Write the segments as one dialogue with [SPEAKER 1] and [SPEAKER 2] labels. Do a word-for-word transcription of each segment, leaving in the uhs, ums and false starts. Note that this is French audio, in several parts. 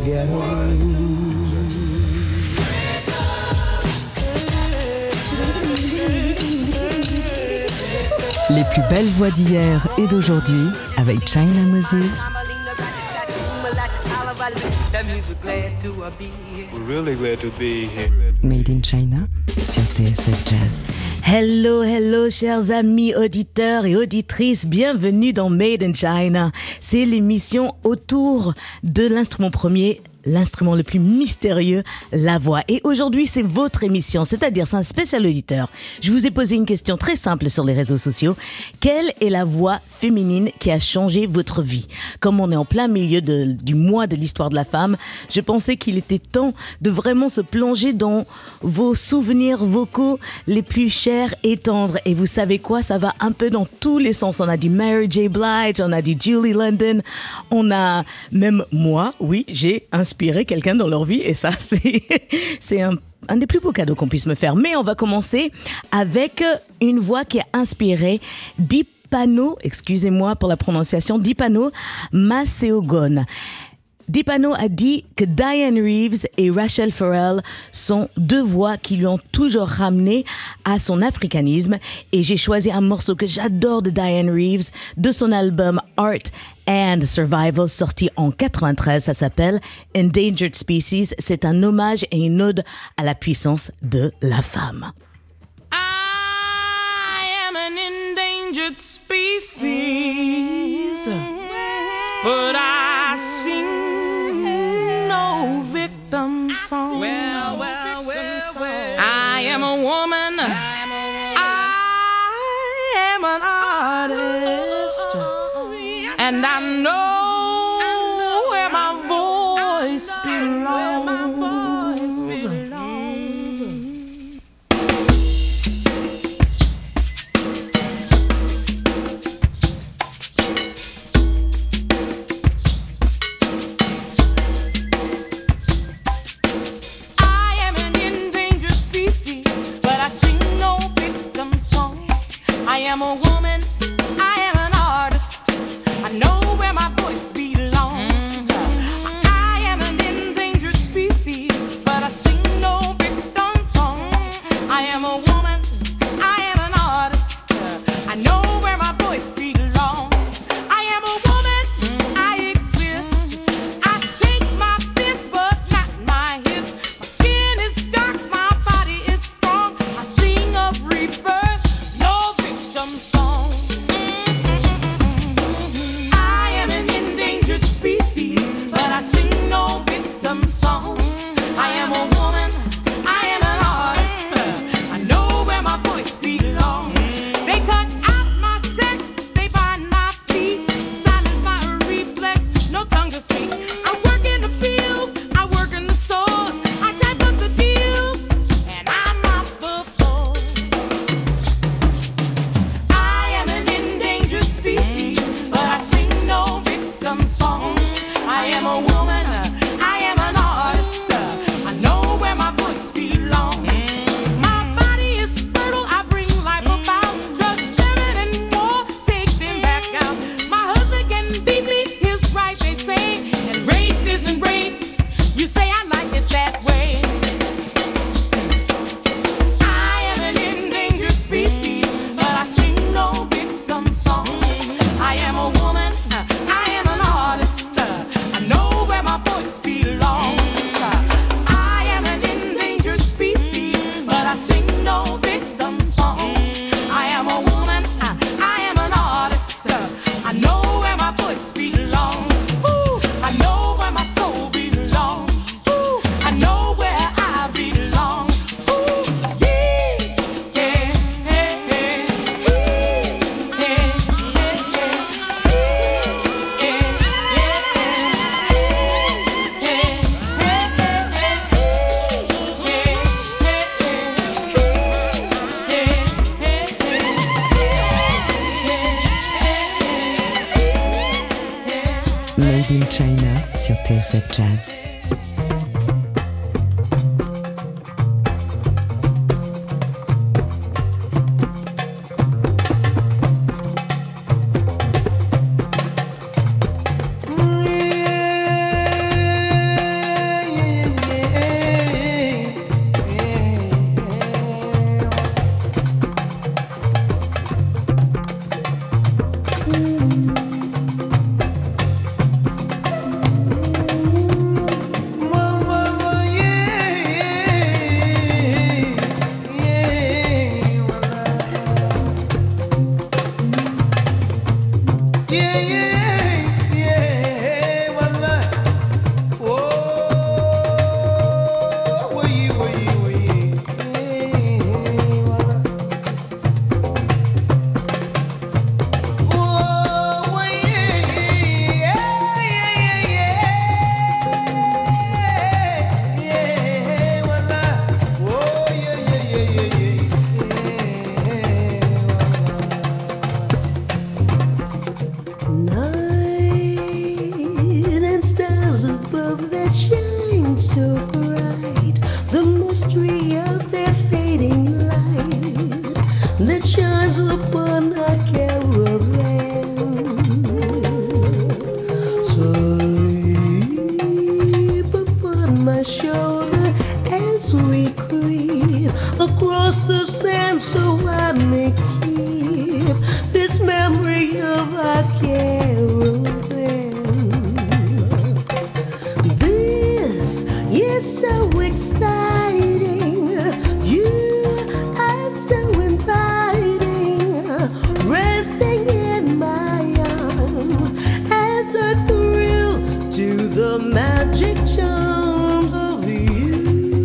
[SPEAKER 1] ghetto.
[SPEAKER 2] Les plus belles voix d'hier et d'aujourd'hui avec China Moses.
[SPEAKER 3] We're really glad to be here.
[SPEAKER 2] Made in China sur T S F Jazz.
[SPEAKER 4] Hello, hello, chers amis auditeurs et auditrices, bienvenue dans Made in China. C'est l'émission autour de l'instrument premier, l'instrument le plus mystérieux, la voix. Et aujourd'hui, c'est votre émission, c'est-à-dire c'est un spécial auditeur. Je vous ai posé une question très simple sur les réseaux sociaux. Quelle est la voix féminine qui a changé votre vie ? Comme on est en plein milieu de, du mois de l'histoire de la femme, je pensais qu'il était temps de vraiment se plonger dans vos souvenirs vocaux les plus chers et tendres. Et vous savez quoi ? Ça va un peu dans tous les sens. On a du Mary J. Blige, on a du Julie London, on a même moi, oui, j'ai inspiré quelqu'un dans leur vie et ça, c'est, c'est un, un des plus beaux cadeaux qu'on puisse me faire. Mais on va commencer avec une voix qui a inspiré Dipano, excusez-moi pour la prononciation, Dipano Macéogone. Dipano a dit que Dianne Reeves et Rachel Farrell sont deux voix qui lui ont toujours ramené à son africanisme. Et j'ai choisi un morceau que j'adore de Dianne Reeves, de son album Art and Survival, sorti en quatre-vingt-treize. Ça s'appelle Endangered Species. C'est un hommage et une ode à la puissance de la femme.
[SPEAKER 5] I am an endangered species, but I sing no victim song. Well, well, well, well. I am a woman. I am an artist, and I know where my voice belongs. I am a woman, I am an artist, I know where my voice belongs. Mm-hmm. I am an endangered species, but I sing no victim song. I am a woman, I am an artist, I know where my voice belongs. I am a woman, mm-hmm. I exist, I shake my fist but not my hips. My skin is dark, my body is strong, I sing of rebirth. Song. I am an endangered species, but I sing no victim songs. I am a woman, I am an artist, I know where my voice belongs. They cut out my sex, they bind my feet, silence my reflex, no tongue to speak. I work in the fields, I work in the stores, I type up the deals, and I'm not the boss. Species, but I sing no victim songs. I am a woman, I am an artist, I know where my voice belongs. My body is fertile, I bring life about. Drugs, seven and more, take them back out. My husband can beat me, his right they say, and rape isn't rape, you say I like it that way. I am an endangered species, but I sing no victim songs. I am a woman, I am an artist, I know where my voice belongs. I am an endangered species, but I sing no victim songs. I am a woman, I am an artist, I know where my voice belongs. Ooh, I know where my soul belongs. Ooh, I know where I belong. Ooh, yeah, yeah, yeah, yeah, yeah, yeah.
[SPEAKER 2] Made in China sur T S F Jazz.
[SPEAKER 1] that shines upon our caravan. Sleep upon my shoulder as we creep across the sand, so I may keep this memory of our caravan. This is so exciting. You are so inviting, resting in my arms as I thrill to the magic charms of you.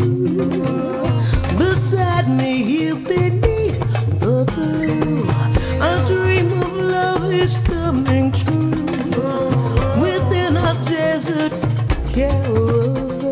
[SPEAKER 1] Beside me, you beneath the blue, a dream of love is coming true within our desert caravan.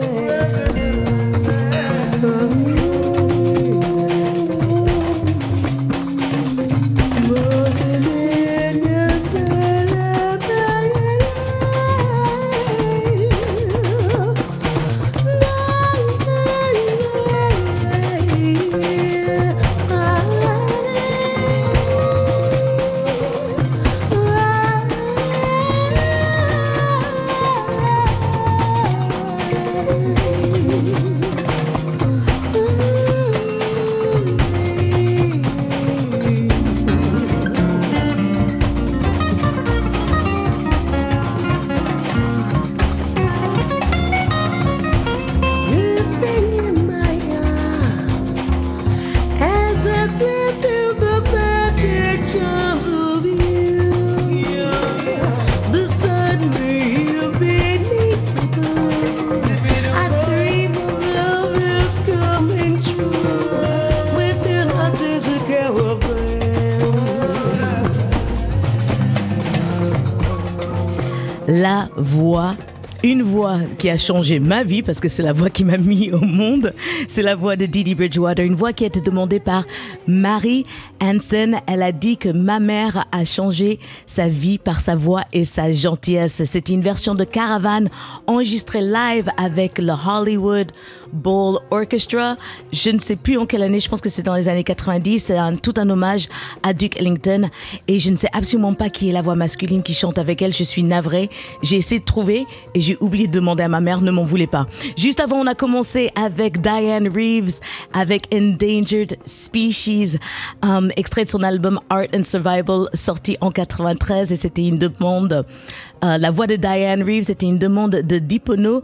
[SPEAKER 4] La voix, une voix qui a changé ma vie parce que c'est la voix qui m'a mis au monde. C'est la voix de Dee Dee Bridgewater, une voix qui a été demandée par Mary Hansen. Elle a dit que ma mère a changé sa vie par sa voix et sa gentillesse. C'était une version de Caravan enregistrée live avec le Hollywood Bowl Orchestra. Je ne sais plus en quelle année, je pense que c'est dans les années quatre-vingt-dix. C'est un, tout un hommage à Duke Ellington. Et je ne sais absolument pas qui est la voix masculine qui chante avec elle. Je suis navrée. J'ai essayé de trouver et j'ai oublié de demander à ma mère, ne m'en voulez pas. Juste avant, on a commencé avec Diane Reeves, avec Endangered Species, um, extrait de son album Art and Survival, sorti en quatre-vingt-treize. Et c'était une demande... Euh, la voix de Diane Reeves, c'était une demande de Dipono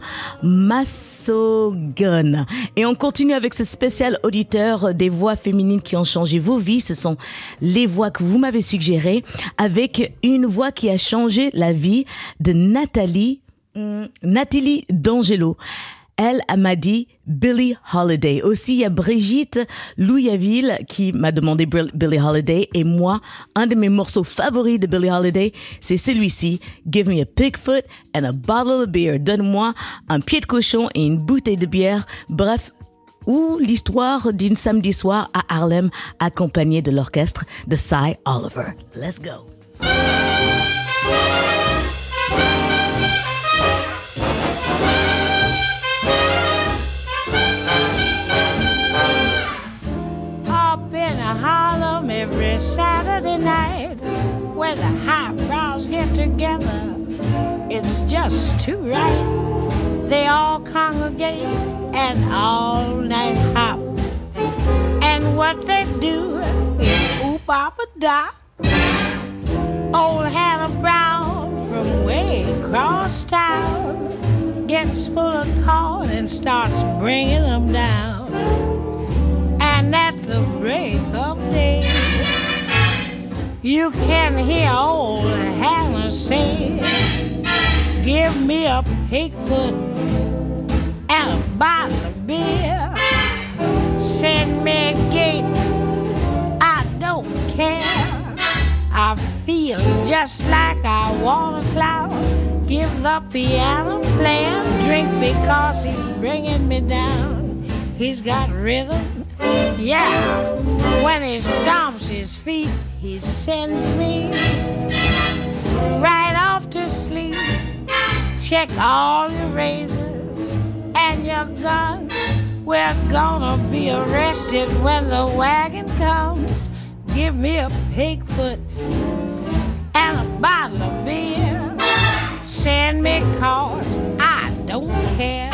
[SPEAKER 4] Massogon. Et on continue avec ce spécial auditeur des voix féminines qui ont changé vos vies. Ce sont les voix que vous m'avez suggérées, avec une voix qui a changé la vie de Nathalie, hum, Nathalie D'Angelo. Elle m'a dit Billie Holiday. Aussi, il y a Brigitte Louisaville qui m'a demandé Billie Holiday. Et moi, un de mes morceaux favoris de Billie Holiday, c'est celui-ci. Give me a pigfoot and a bottle of beer. Donne-moi un pied de cochon et une bouteille de bière. Bref, ou l'histoire d'une samedi soir à Harlem accompagnée de l'orchestre de Cy Oliver. Let's go.
[SPEAKER 6] Harlem every Saturday night, where the highbrows get together. It's just too right. They all congregate and all night hop. And what they do is oop-op-a-da. Old Hannah Brown from way across town gets full of corn and starts bringing them down. And at the break of day, you can hear old Hannah say, give me a pigfoot and a bottle of beer. Send me a gate, I don't care. I feel just like I want to clown. Give the piano player a drink because he's bringing me down. He's got rhythm. Yeah, when he stomps his feet, he sends me right off to sleep. Check all your razors and your guns. We're gonna be arrested when the wagon comes. Give give me a pig foot and a bottle of beer. Send me cause I don't care.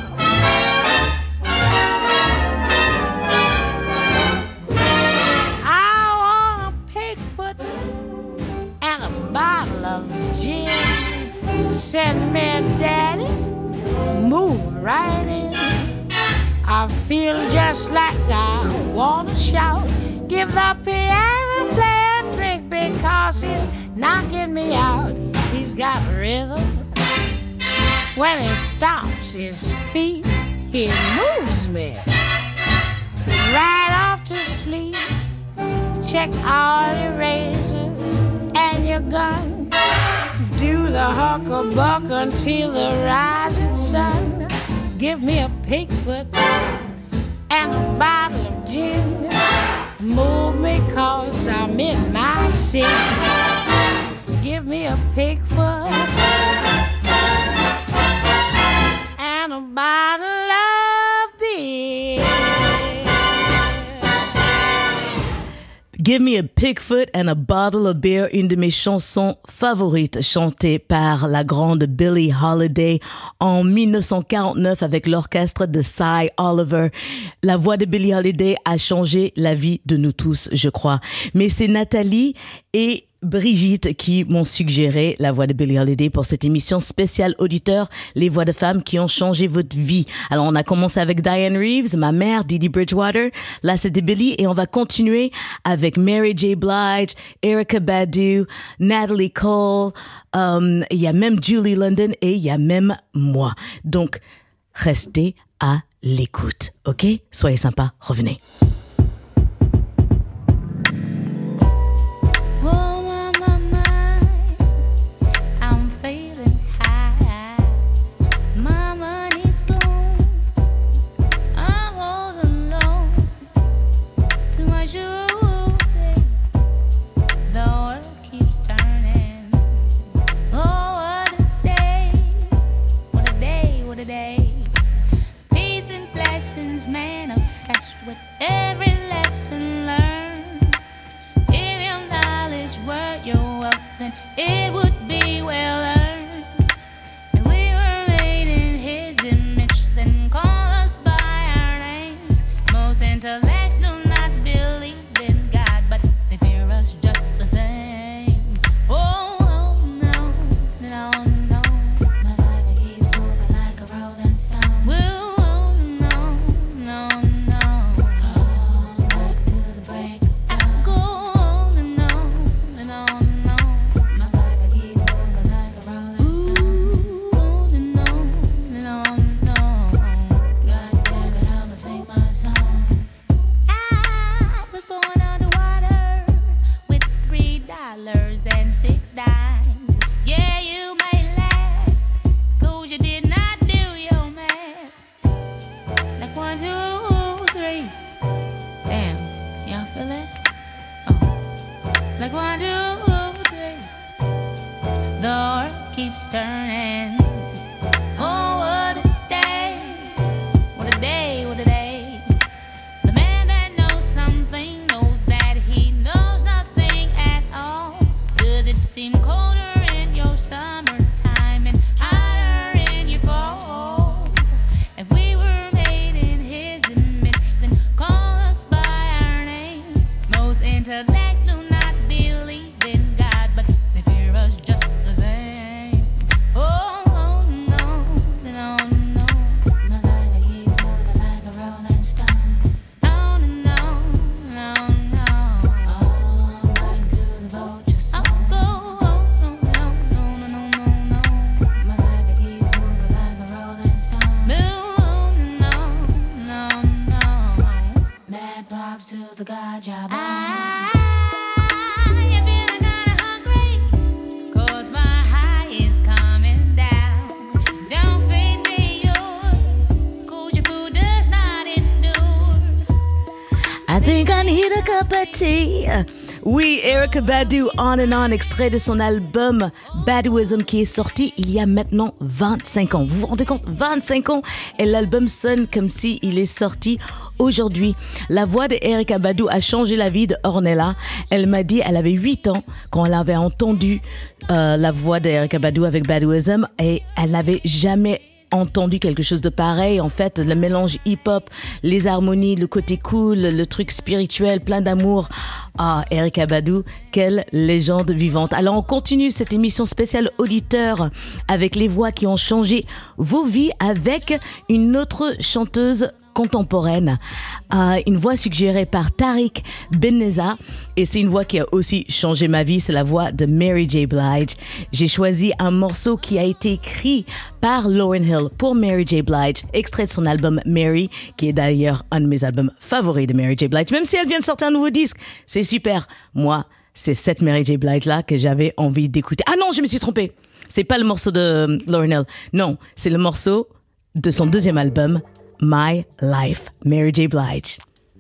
[SPEAKER 6] I want a pig foot and a bottle of gin. Send me daddy, move right in. I feel just like I wanna shout. Give the piano player a drink because he's knocking me out. He's got rhythm. When he stomps his feet, he moves me right off to sleep. Check all your razors and your gun. Do the hucklebuck until the rising sun. Give me a pig foot and a bottle of gin. Move me cause I'm in my sin. Give me a pig foot and a bottle of beer.
[SPEAKER 4] Give Me a Pigfoot and a Bottle of Beer, une de mes chansons favorites chantée par la grande Billie Holiday en dix-neuf cent quarante-neuf avec l'orchestre de Cy Oliver. La voix de Billie Holiday a changé la vie de nous tous, je crois. Mais c'est Nathalie et Brigitte qui m'ont suggéré la voix de Billie Holiday pour cette émission spéciale auditeur, les voix de femmes qui ont changé votre vie. Alors on a commencé avec Diane Reeves, ma mère, Dee Dee Bridgewater, là c'était Billie et on va continuer avec Mary J. Blige, Erykah Badu, Natalie Cole, um, il y a même Julie London et il y a même moi. Donc restez à l'écoute, ok? Soyez sympas, revenez. Oui, Erykah Badu, On and On, extrait de son album Baduism qui est sorti il y a maintenant vingt-cinq ans. Vous vous rendez compte, vingt-cinq ans et l'album sonne comme si il est sorti aujourd'hui. La voix d'Erykah Badu a changé la vie de Ornella. Elle m'a dit elle avait huit ans quand elle avait entendu euh, la voix d'Erykah Badu avec Baduizm et elle n'avait jamais entendu quelque chose de pareil. En fait, le mélange hip-hop, les harmonies, le côté cool, le truc spirituel, plein d'amour. Ah, Erykah Badu, quelle légende vivante. Alors, on continue cette émission spéciale auditeur avec les voix qui ont changé vos vies avec une autre chanteuse contemporaine, euh, une voix suggérée par Tariq Benneza et c'est une voix qui a aussi changé ma vie, c'est la voix de Mary J. Blige. J'ai choisi un morceau qui a été écrit par Lauryn Hill pour Mary J. Blige, extrait de son album Mary, qui est d'ailleurs un de mes albums favoris de Mary J. Blige, même si elle vient de sortir un nouveau disque, c'est super. Moi, c'est cette Mary J. Blige là que j'avais envie d'écouter. Ah non, je me suis trompée, c'est pas le morceau de Lauryn Hill, non, c'est le morceau de son deuxième album My Life, Mary J. Blige.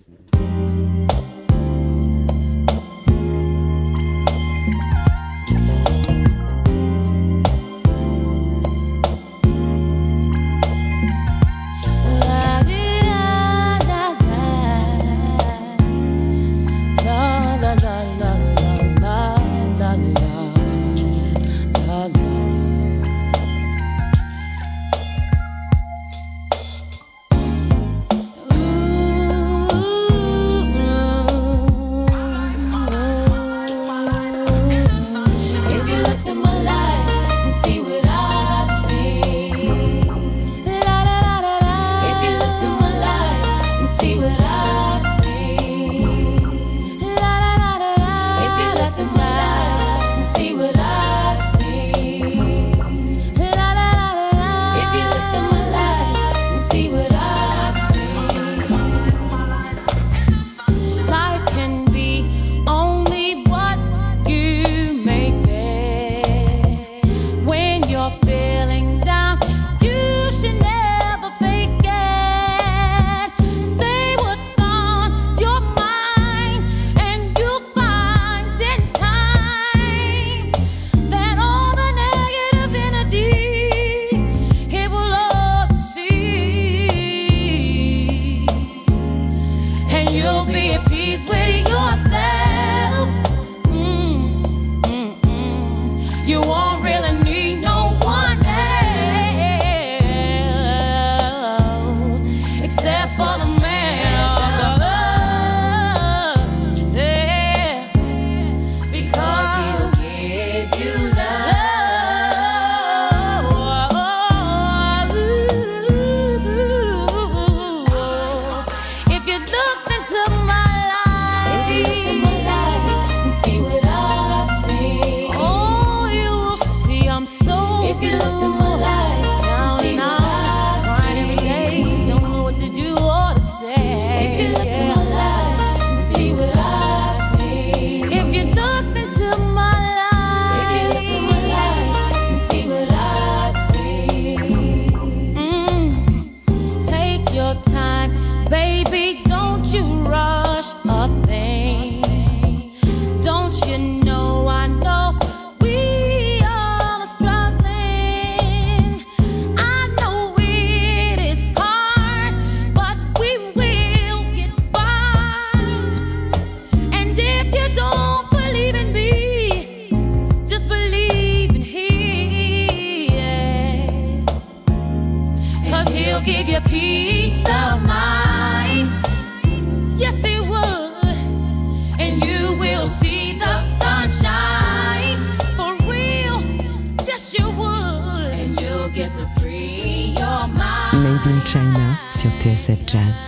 [SPEAKER 2] Made in China sur T S F Jazz.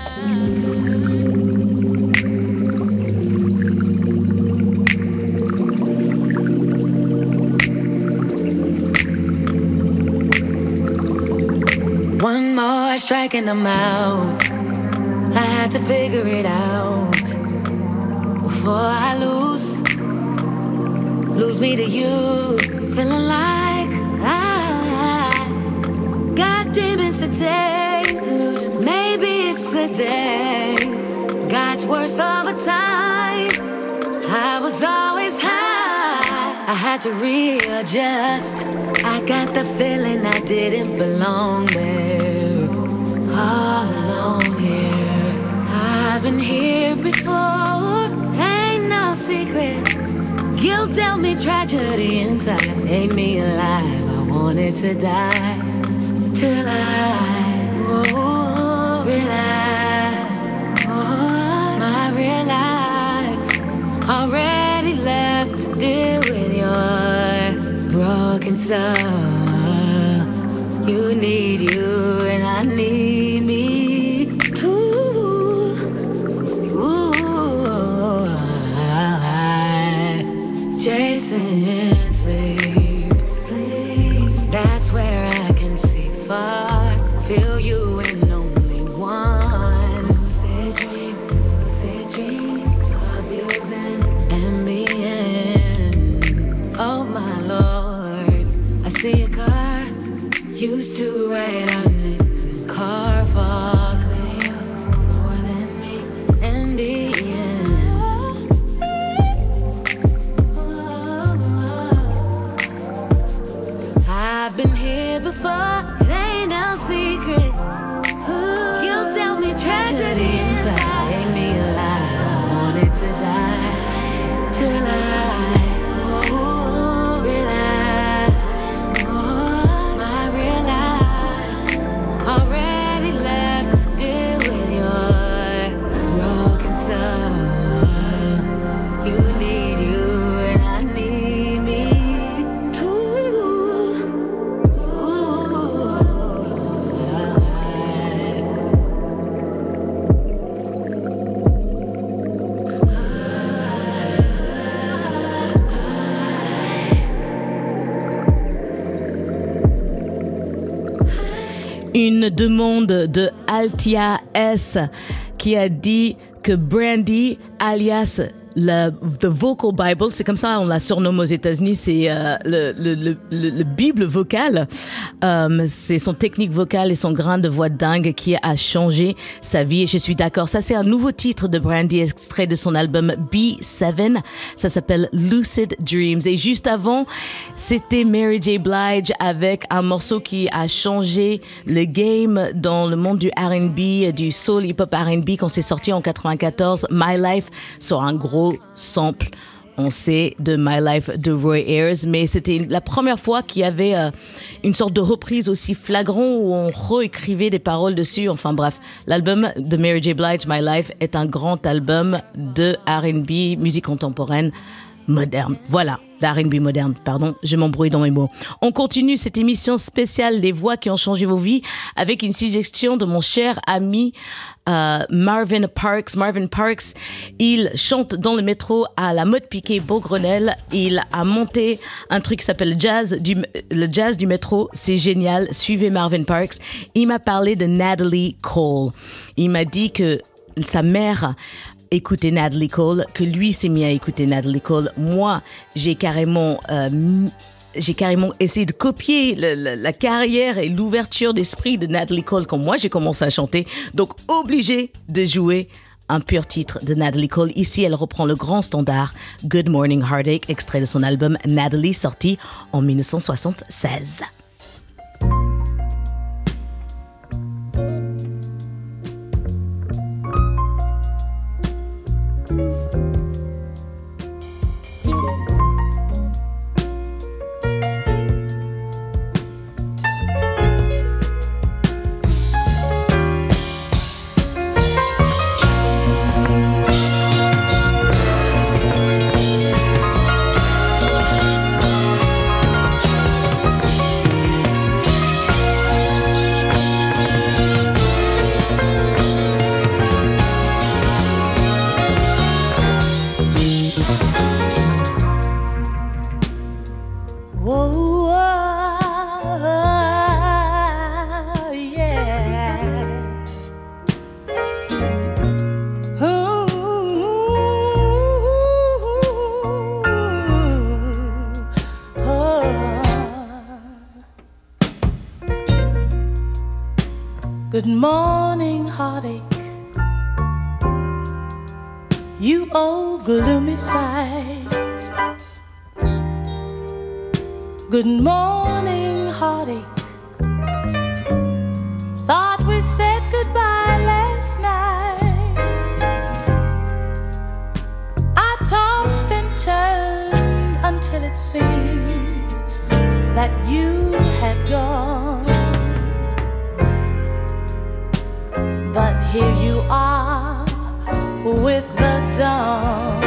[SPEAKER 7] One more strike and I'm out. I had to figure it out before I lose, lose me to you. Feeling like I got demons to take. Maybe it's the days, God's worst of a time. I was always high, I had to readjust. I got the feeling I didn't belong there. All alone here, been here before, ain't no secret. Guilt dealt me tragedy inside, made me alive. I wanted to die till I oh, realize, oh, I realize already left to deal with your broken soul. You need you and I need me too. Ooh, Jason, sleep, sleep. That's where I can see far. Feel you in only one. Lucid dream, lucid dream, abusing ambience. Oh my Lord, I see a car. Used to write our names in car fog. More than me and the end. I've been here before, it ain't no secret. You'll tell me tragedy inside. Made me alive, I wanted to die till I already left to deal with your broken soul. You need you and I need me too.
[SPEAKER 4] Une demande de Altia S qui a dit que Brandy, alias la, The Vocal Bible, c'est comme ça on la surnomme aux États-Unis, c'est euh, le, le, le, le, le Bible vocal. Euh, c'est son technique vocale et son grain de voix dingue qui a changé sa vie. Et je suis d'accord. Ça, c'est un nouveau titre de Brandy, extrait de son album B sept. Ça s'appelle Lucid Dreams. Et juste avant, c'était Mary J. Blige avec un morceau qui a changé le game dans le monde du R and B, du soul hip-hop R and B quand c'est sorti en quatre-vingt-quatorze. My Life, sur un gros sample, on sait, de My Life de Roy Ayers, mais c'était la première fois qu'il y avait euh, une sorte de reprise aussi flagrant où on réécrivait des paroles dessus. Enfin bref, l'album de Mary J. Blige, My Life, est un grand album de R and B, musique contemporaine moderne. Voilà, de R and B moderne, pardon, je m'embrouille dans mes mots. On continue cette émission spéciale Les voix qui ont changé vos vies avec une suggestion de mon cher ami euh, Marvin Parks. Marvin Parks, il chante dans le métro à la mode piquée Beaugrenelle. Il a monté un truc qui s'appelle jazz du, le jazz du métro. C'est génial, suivez Marvin Parks. Il m'a parlé de Natalie Cole. Il m'a dit que sa mère écouter Natalie Cole, que lui s'est mis à écouter Natalie Cole. Moi, j'ai carrément, euh, j'ai carrément essayé de copier le, le, la carrière et l'ouverture d'esprit de Natalie Cole quand moi j'ai commencé à chanter. Donc, obligé de jouer un pur titre de Natalie Cole. Ici, elle reprend le grand standard Good Morning Heartache, extrait de son album Natalie, sorti en dix-neuf cent soixante-seize.
[SPEAKER 6] Good morning, heartache, you old gloomy sight. Good morning, heartache, thought we said goodbye last night. till it seemed that you had gone. But here you are with the dawn.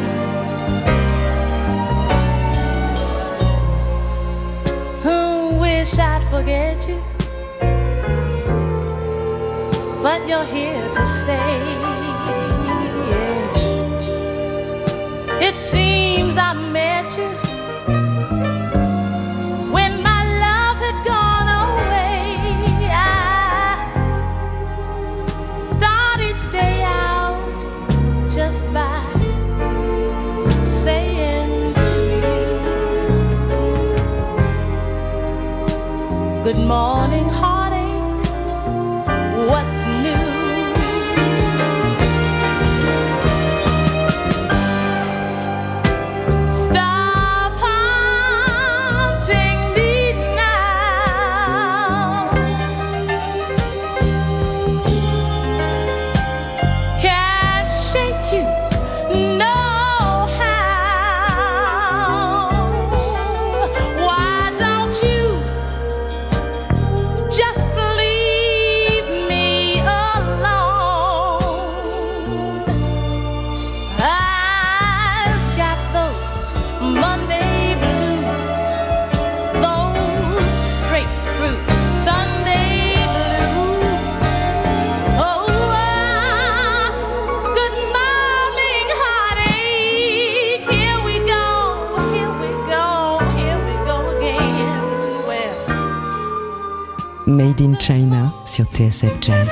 [SPEAKER 6] Who wish I'd forget you, but you're here to stay. It seems I met you when my love had gone away. I start each day out just by saying to you, good morning, heartache, what's new?
[SPEAKER 2] Made in China sur T S F Jazz.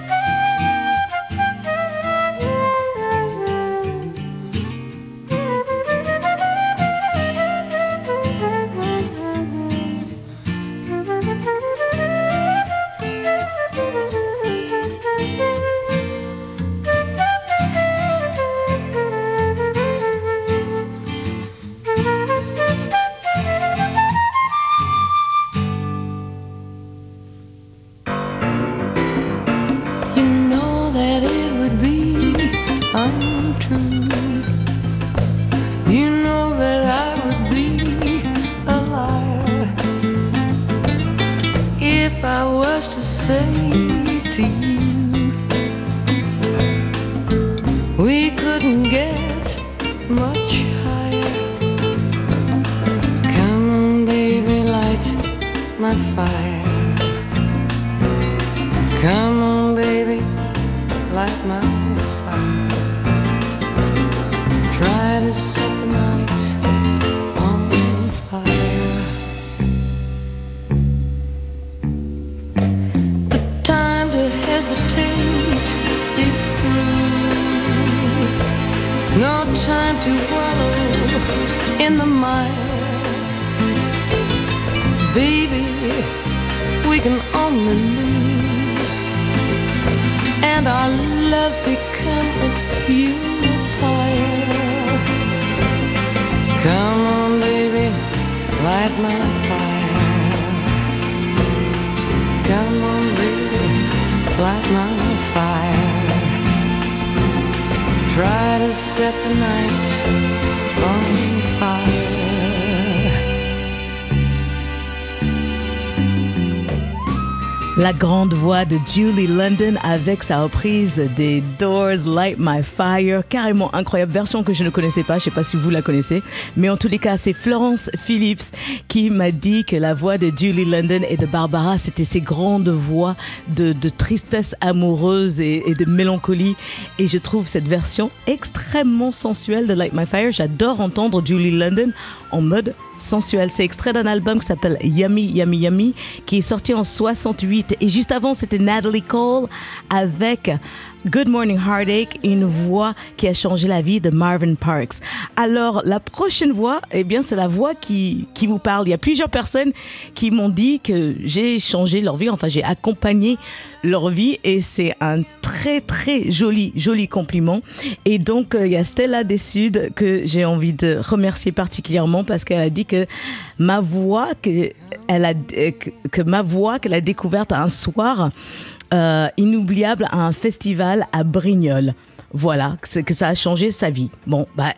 [SPEAKER 4] La grande voix de Julie London avec sa reprise des Doors, Light My Fire, carrément incroyable, version que je ne connaissais pas, je ne sais pas si vous la connaissez, mais en tous les cas, c'est Florence Phillips qui m'a dit que la voix de Julie London et de Barbara, c'était ces grandes voix de, de tristesse amoureuse et, et de mélancolie, et je trouve cette version extrêmement sensuelle de Light My Fire. J'adore entendre Julie London en mode sensuel. C'est extrait d'un album qui s'appelle Yummy Yummy Yummy qui est sorti en soixante-huit, et juste avant c'était Natalie Cole avec Good Morning Heartache, une voix qui a changé la vie de Marvin Parks. Alors la prochaine voix, eh bien c'est la voix qui, qui vous parle. Il y a plusieurs personnes qui m'ont dit que j'ai changé leur vie, enfin j'ai accompagné leur vie, et c'est un très très joli joli compliment. Et donc il y a Stella des Suds que j'ai envie de remercier particulièrement parce qu'elle a dit que ma voix que elle a que, que ma voix qu'elle a découverte un soir euh, inoubliable à un festival à Brignoles. Voilà, c'est que ça a changé sa vie. Bon, bah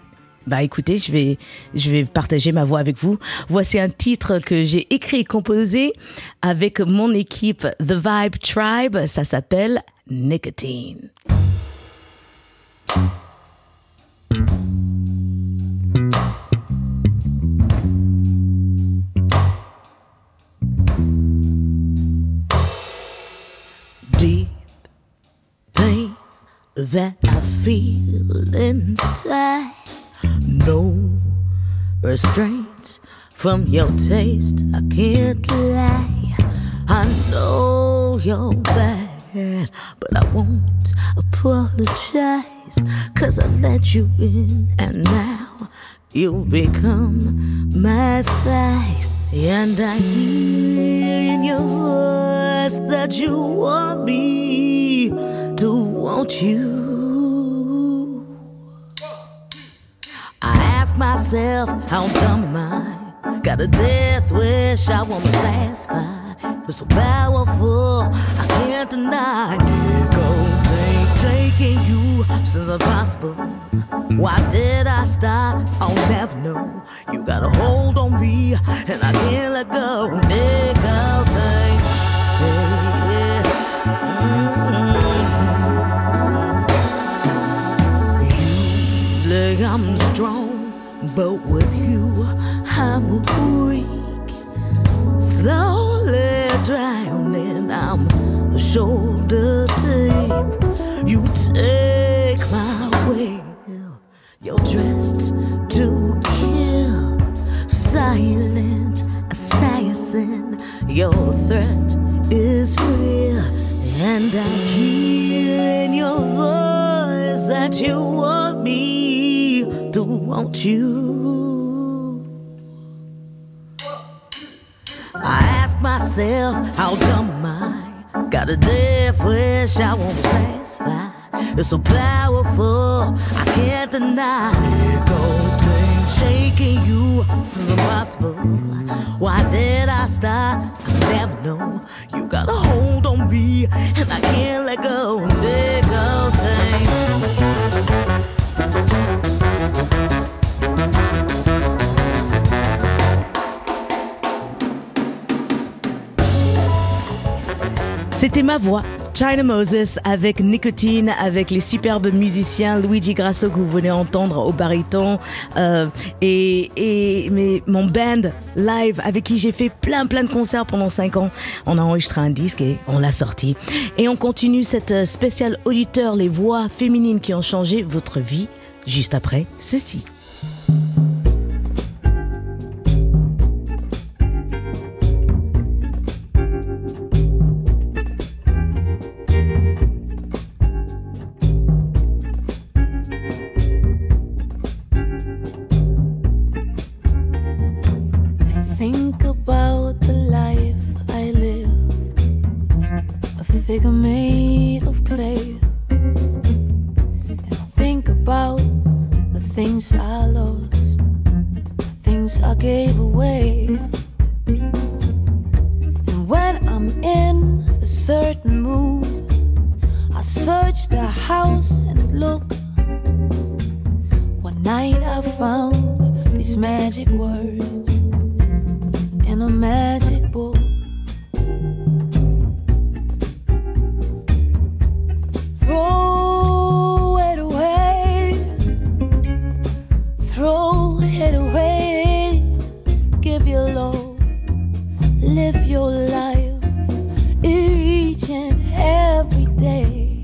[SPEAKER 4] Bah écoutez, je vais, je vais partager ma voix avec vous. Voici un titre que j'ai écrit et composé avec mon équipe The Vibe Tribe. Ça s'appelle Nicotine.
[SPEAKER 1] Deep pain that I feel inside. No restraint from your taste, I can't lie. I know you're bad, but I won't apologize. Cause I let you in and now you become my thighs. And I hear in your voice that you want me to want you. I ask myself, how dumb am I? Got a death wish I wanna satisfy. It's so powerful, I can't deny. Nicotine taking you since impossible. Why did I stop? I'll never know. You got a hold on me, and I can't let go. Nicotine, yeah. Mm-hmm. Usually I'm strong, but with you I'm weak. Slowly drowning, I'm shoulder deep. You take my will. You're dressed to kill, silent assassin. Your threat is real, and I hear in your voice that you want me to want you. I ask myself, how dumb am I? Got a death wish I won't satisfy. It's so powerful, I can't deny. Nicotine shaking you seems impossible. Why did I stop? I never know. You got a hold on me, and I can't let go. Nicotine.
[SPEAKER 4] C'était ma voix, China Moses, avec Nicotine, avec les superbes musiciens Luigi Grasso que vous venez entendre au baryton, euh, et, et mais mon band live avec qui j'ai fait plein plein de concerts pendant cinq ans. On a enregistré un disque et on l'a sorti. Et on continue cette spéciale auditeur, les voix féminines qui ont changé votre vie, juste après ceci.
[SPEAKER 7] Figure made of clay, and I think about the things I lost, the things I gave away. And when I'm in a certain mood, I search the house and look. One night I found these magic words in a magic book. Throw it away, throw it away. Give your love, live your life each and every day.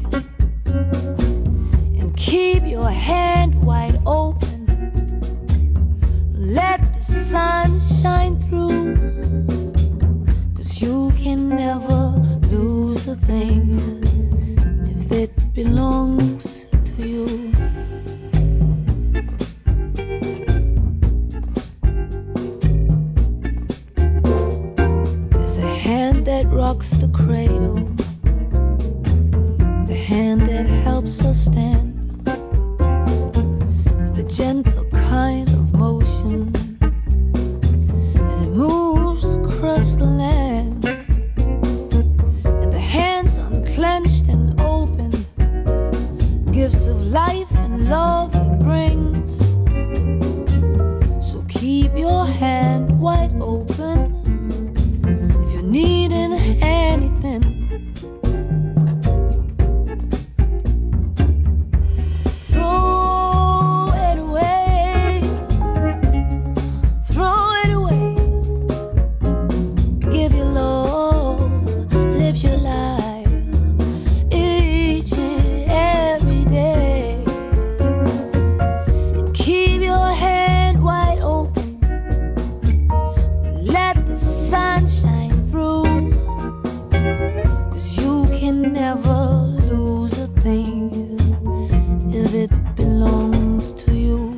[SPEAKER 7] And keep your hand wide open, let the sun shine through. Cause you can never lose a thing if it belongs to you. There's a hand that rocks the cradle, the hand that helps us stand, with a gentle kind of motion as it moves across the land. And the hands unclenched and open, gifts of life and love it brings. wide open. If you're needing anything, throw it away, throw it away. Give your love, live your life each and every day, and keep your hand wide open. Let the sun shine through, 'cause you can never lose a thing if it belongs to you.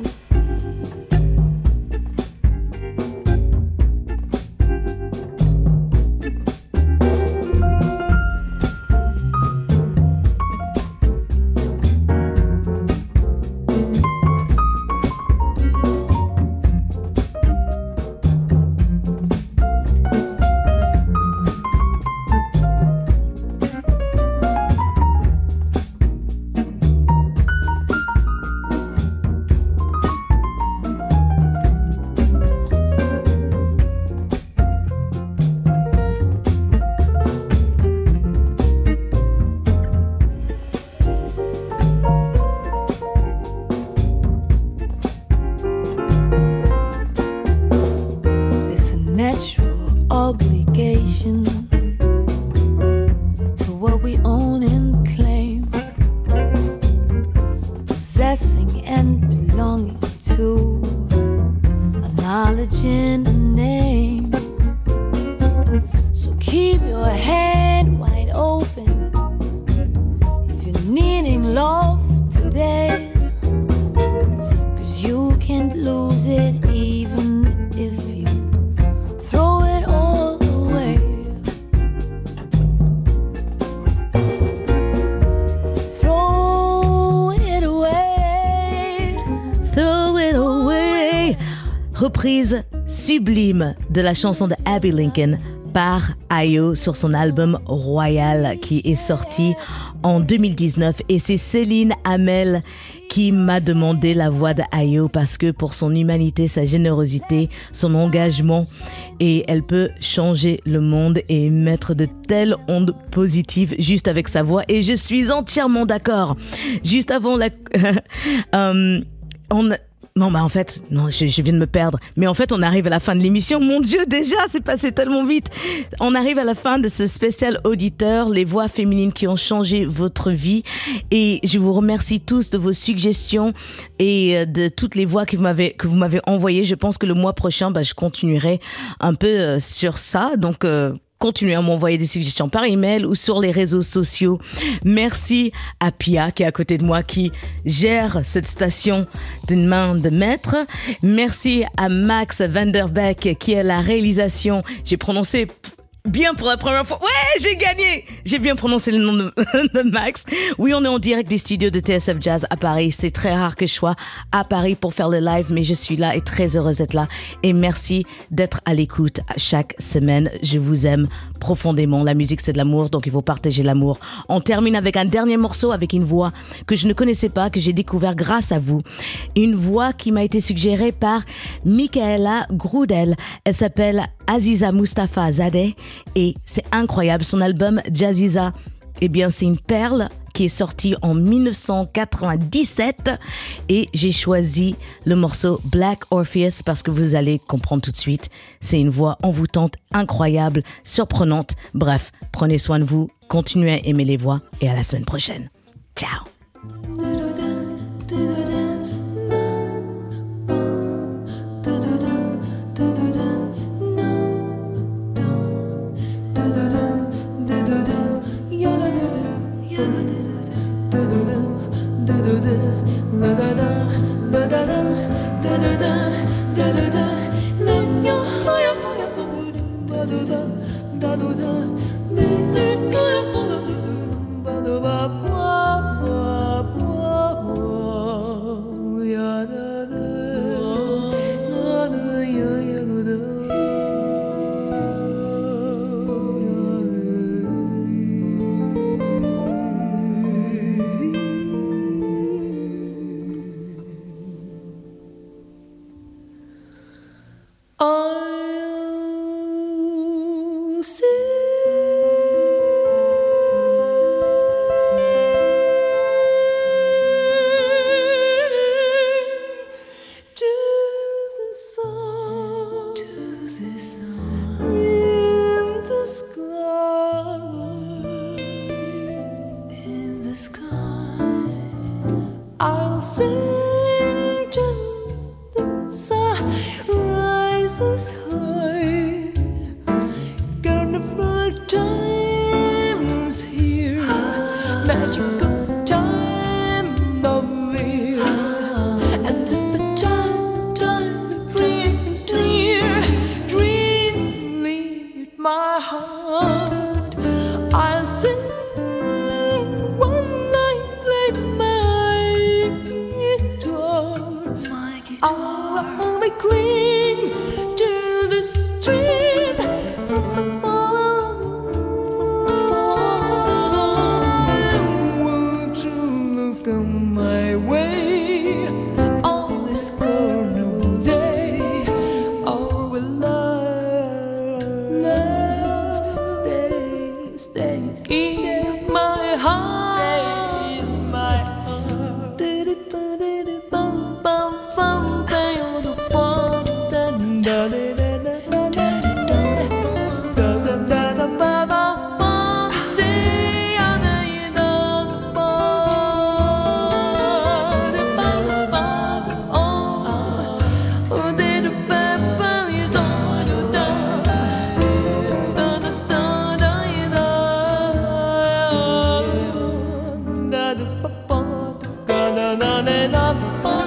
[SPEAKER 7] There's a natural obligation to what we own and claim, possessing and belonging to a knowledge and a name. So keep your hand wide open if you're needing love today, 'cause you can't lose it even if you throw it all away. Throw it away.
[SPEAKER 4] Throw it away. Reprise sublime de la chanson de Abby Lincoln par Ayo sur son album Royal qui est sorti en deux mille dix-neuf, et c'est Céline Hamel qui m'a demandé la voix d'Ayo parce que pour son humanité, sa générosité, son engagement, et elle peut changer le monde et mettre de telles ondes positives juste avec sa voix, et je suis entièrement d'accord. Juste avant la... euh, on... Non, bah en fait, non, je, je viens de me perdre. Mais en fait, on arrive à la fin de l'émission. Mon Dieu, déjà, c'est passé tellement vite. On arrive à la fin de ce spécial auditeur, les voix féminines qui ont changé votre vie. Et je vous remercie tous de vos suggestions et de toutes les voix que vous m'avez, que vous m'avez envoyées. Je pense que le mois prochain, bah, je continuerai un peu euh, sur ça. Donc, euh, continuez à m'envoyer des suggestions par email ou sur les réseaux sociaux. Merci à Pia qui est à côté de moi, qui gère cette station d'une main de maître. Merci à Max Vanderbeck qui est la réalisation. J'ai prononcé bien pour la première fois. Ouais, j'ai gagné. J'ai bien prononcé le nom de, de Max. Oui, on est en direct des studios de T S F Jazz à Paris. C'est très rare que je sois à Paris pour faire le live, mais je suis là et très heureuse d'être là. Et merci d'être à l'écoute chaque semaine. Je vous aime profondément. La musique, c'est de l'amour, donc il faut partager l'amour. On termine avec un dernier morceau avec une voix que je ne connaissais pas, que j'ai découvert grâce à vous. Une voix qui m'a été suggérée par Michaela Grudel. Elle s'appelle Aziza Mustafa Zadeh. Et c'est incroyable, son album Jazziza, eh bien c'est une perle qui est sortie en dix-neuf cent quatre-vingt-dix-sept, et j'ai choisi le morceau Black Orpheus parce que vous allez comprendre tout de suite. C'est une voix envoûtante, incroyable, surprenante. Bref, prenez soin de vous, continuez à aimer les voix, et à la semaine prochaine. Ciao.
[SPEAKER 1] I prices high. Carnival times here, magical time of year, and this the time, time dreams near. Dreams lead my heart. I'll sing one line, play my guitar. My guitar. I'll be cling to the stream from afar. Will true love come my way on this carnival day, or will love, love stay, stay, in my heart, stay in my heart. Did-it-ba-did-it-bum, bum, bum, ba-yo-do-bum, da-da-da-da-da-da-da-da-da-da-da-da-bum, stay on the end of the bar. Da-ba-da-ba-da, oh, oh, da-da-ba-ba is all you done. Da-da-da-da-da-da, da-da-ba-ba, da-da-da-da-da-da.